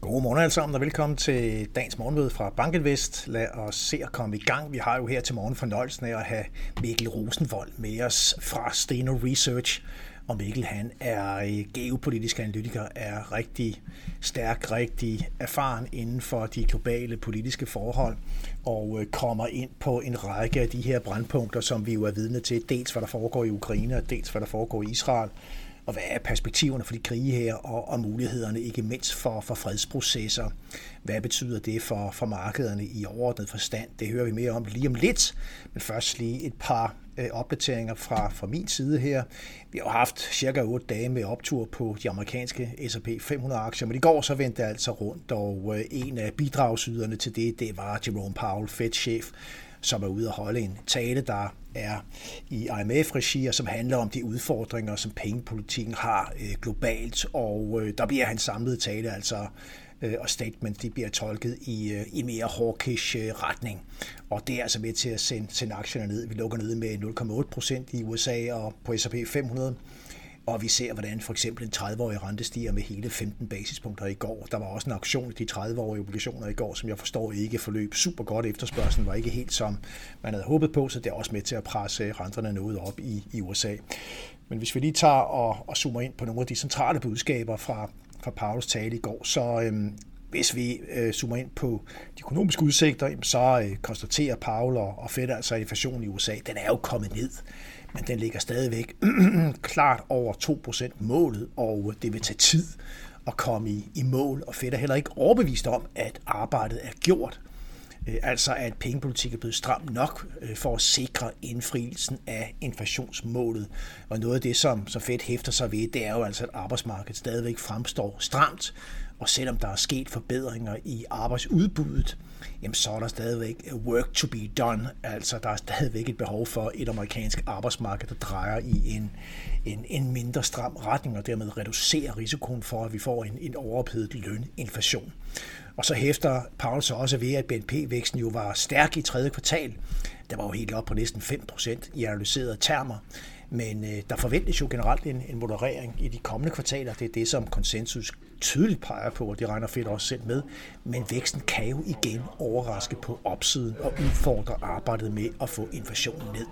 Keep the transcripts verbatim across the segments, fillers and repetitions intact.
God morgen alle sammen, og velkommen til dagens morgenmøde fra BankInvest. Lad os se at komme i gang. Vi har jo her til morgen fornøjelsen af at have Mikkel Rosenvold med os fra Steno Research. Og Mikkel, han er geopolitisk analytiker, er rigtig stærk, rigtig erfaren inden for de globale politiske forhold, og kommer ind på en række af de her brandpunkter, som vi jo er vidne til. Dels hvad der foregår i Ukraine, og dels hvad der foregår i Israel. Og hvad er perspektiverne for de krige her, og, og mulighederne ikke mindst for, for fredsprocesser? Hvad betyder det for, for markederne i overordnet forstand? Det hører vi mere om lige om lidt, men først lige et par øh, opdateringer fra, fra min side her. Vi har haft cirka otte dage med optur på de amerikanske S og P fem hundrede aktier, men i går så vendte det altså rundt, og øh, en af bidragsyderne til det, det var Jerome Powell, Fed-chef, som er ude at holde en tale, der er i I M F-regi, og som handler om de udfordringer, som pengepolitikken har øh, globalt, og øh, der bliver hans samlede tale, altså øh, og statement, de bliver tolket i, øh, i mere hawkish øh, retning, og det er altså med til at sende, sende aktierne ned. Vi lukker ned med nul komma otte procent i U S A og på S og P fem hundrede, og vi ser, hvordan for eksempel en tredive-årig rente stiger med hele femten basispunkter i går. Der var også en auktion i de tredive-årige obligationer i går, som jeg forstår ikke forløb super godt. Efterspørgselen var ikke helt, som man havde håbet på, så det er også med til at presse renterne noget op i, i U S A. Men hvis vi lige tager og, og zoomer ind på nogle af de centrale budskaber fra, fra Powells tale i går, så øhm, hvis vi øh, zoomer ind på de økonomiske udsigter, så øh, konstaterer Powell og, og Fed altså, at inflationen i U S A, den er jo kommet ned. Men den ligger stadigvæk klart over to procent målet, og det vil tage tid at komme i, i mål, og Fed er heller ikke overbevist om, at arbejdet er gjort. Altså at pengepolitik er blevet stram nok for at sikre indfrielsen af inflationsmålet. Og noget af det, som, som Fed hæfter sig ved, det er jo altså, at arbejdsmarkedet stadigvæk fremstår stramt, og selvom der er sket forbedringer i arbejdsudbuddet, jamen så er der stadigvæk work to be done. Altså der er stadigvæk et behov for et amerikansk arbejdsmarked, der drejer i en, en, en mindre stram retning, og dermed reducerer risikoen for, at vi får en, en overophedet løninflation. Og så hæfter Powell så også ved, at B N P-væksten jo var stærk i tredje kvartal. Der var jo helt op på næsten fem procent i analyserede termer. Men øh, der forventes jo generelt en, en moderering i de kommende kvartaler. Det er det, som konsensus tydeligt peger på, og det regner Fed også selv med. Men væksten kan jo igen overraske på opsiden og udfordre arbejdet med at få inflationen ned.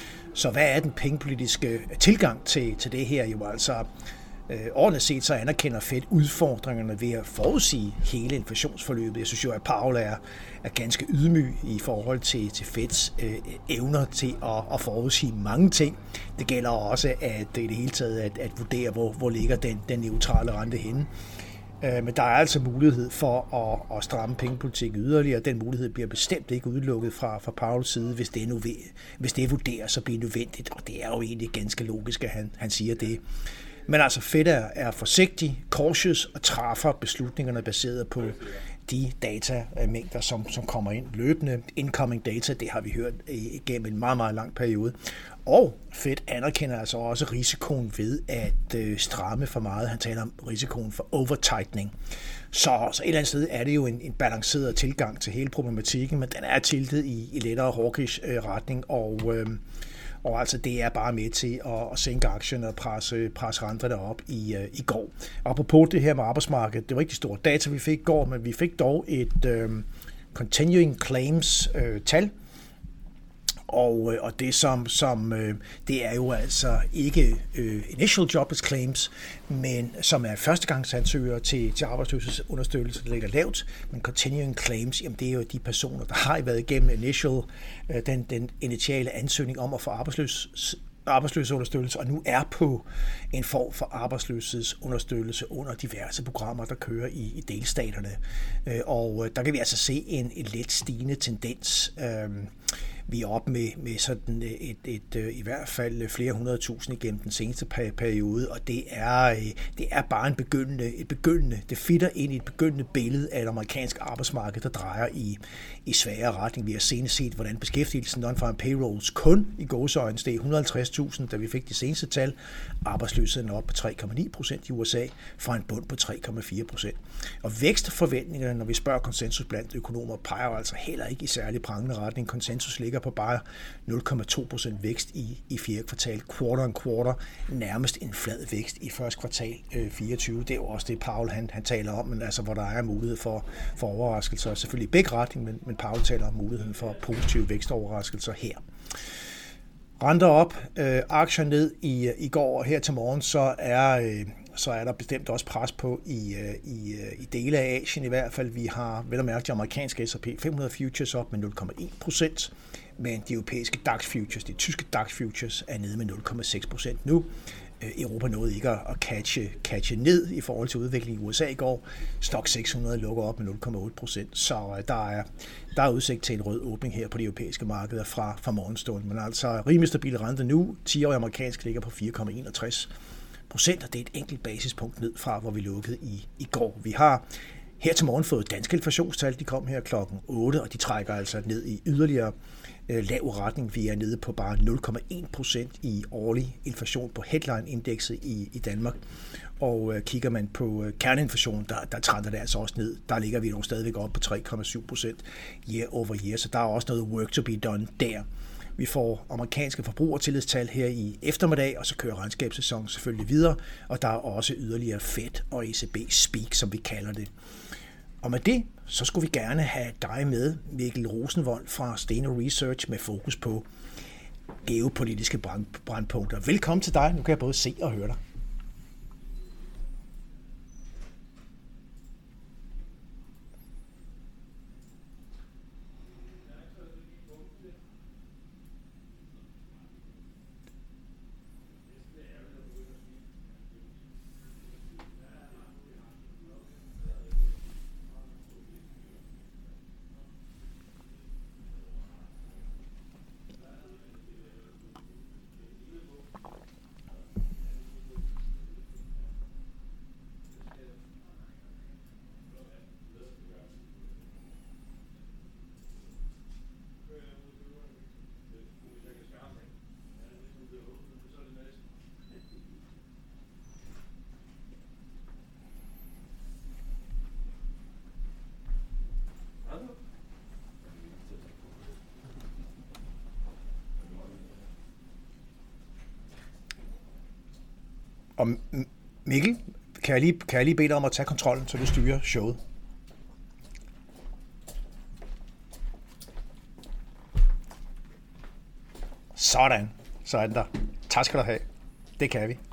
Så hvad er den pengepolitiske tilgang til, til det her? Jo altså, øh, ordentligt set så anerkender Fed udfordringerne ved at forudsige hele inflationsforløbet. Jeg synes jo, at Powell er, er ganske ydmyg i forhold til, til Feds øh, evner til at, at forudsige mange ting. Det gælder også at i det hele taget at, at vurdere, hvor, hvor ligger den, den neutrale rente henne. Øh, men der er altså mulighed for at, at stramme pengepolitikken yderligere. Den mulighed bliver bestemt ikke udelukket fra, fra Powells side, hvis det, nu, hvis det vurderes at blive nødvendigt. Og det er jo egentlig ganske logisk, at han, han siger det. Men altså Fed er forsigtig, cautious og træffer beslutningerne baseret på de datamængder, som, som kommer ind løbende. Incoming data, det har vi hørt igennem en meget, meget lang periode. Og Fed anerkender altså også risikoen ved at øh, stramme for meget. Han taler om risikoen for overtightening. Så, så et eller andet sted er det jo en, en balanceret tilgang til hele problematikken, men den er tiltet i, i lettere hawkish øh, retning, og øh, Og altså det er bare med til at, at sænke aktierne og presse, presse renterne op i, uh, i går. Apropos det her med arbejdsmarkedet, det var ikke de store data, vi fik i går, men vi fik dog et uh, continuing claims uh, tal. Og, og det som, som øh, det er jo altså ikke øh, initial jobless claims, men som er førstegangsansøgere til, til arbejdsløshedsunderstøttelse, der ligger lavt. Men continuing claims, jamen det er jo de personer, der har været igennem initial, øh, den, den initiale ansøgning om at få arbejdsløs, arbejdsløshedsunderstøttelse, og nu er på en form for arbejdsløshedsunderstøttelse under diverse programmer, der kører i, i delstaterne. Øh, og der kan vi altså se en, en let stigende tendens. Øh, Vi er oppe med, med sådan et, et, et, i hvert fald flere hundrede tusind igennem den seneste periode, og det er, det er bare en begyndende, et begyndende, det fitter ind i et begyndende billede af et amerikansk arbejdsmarked, der drejer i, i svagere retning. Vi har senest set, hvordan beskæftigelsen non-farm payrolls kun i gåseøjne steg et hundrede og halvtreds tusind, da vi fik de seneste tal. Arbejdsløsheden er op på tre komma ni procent i U S A fra en bund på tre komma fire procent. Og vækstforventningerne, når vi spørger konsensus blandt økonomer, peger altså heller ikke i særlig prangende retning. Konsensus ligger ligger på bare nul komma to procent vækst i, i fjerde kvartal. Quarter on quarter, nærmest en flad vækst i første kvartal øh, fireogtyve. Det er jo også det, Powell han, han taler om, men altså, hvor der er mulighed for, for overraskelser. Selvfølgelig i begge retninger, men, men Powell taler om muligheden for positive vækstoverraskelser her. Renter op, øh, aktier ned i, i går, og her til morgen, så er, øh, så er der bestemt også pres på i, øh, i, i dele af Asien i hvert fald. Vi har vel at mærke de amerikanske S og P fem hundrede futures op med nul komma en procent, men de europæiske DAX futures, de tyske DAX futures, er nede med nul komma seks procent nu. Europa nåede ikke at catche, catche ned i forhold til udviklingen i U S A i går. Stoxx seks hundrede lukker op med nul komma otte procent, så der er, der er udsigt til en rød åbning her på de europæiske markeder fra, fra morgenstunden. Men altså rimelig stabile rente nu. ti-årig amerikansk ligger på fire komma enogtres procent, og det er et enkelt basispunkt ned fra, hvor vi lukkede i, i går. Vi har her til morgen fået danske inflationstal. De kom her klokken otte, og de trækker altså ned i yderligere lav retning. Vi er nede på bare nul komma en procent i årlig inflation på headline-indekset i, i Danmark. Og øh, kigger man på øh, kerneinflation, der, der trænder det altså også ned. Der ligger vi dog stadigvæk op på tre komma syv procent year over year, så der er også noget work to be done der. Vi får amerikanske forbrugertillidstal her i eftermiddag, og så kører regnskabssæsonen selvfølgelig videre, og der er også yderligere Fed og E C B speak, som vi kalder det. Og med det, så skulle vi gerne have dig med, Mikkel Rosenvold fra Steno Research, med fokus på geopolitiske brand, brandpunkter. Velkommen til dig. Nu kan jeg både se og høre dig. Og Mikkel, kan jeg, lige, kan jeg lige bede dig om at tage kontrollen, så du styrer showet? Sådan. Sådan der. Tak skal du have. Det kan vi.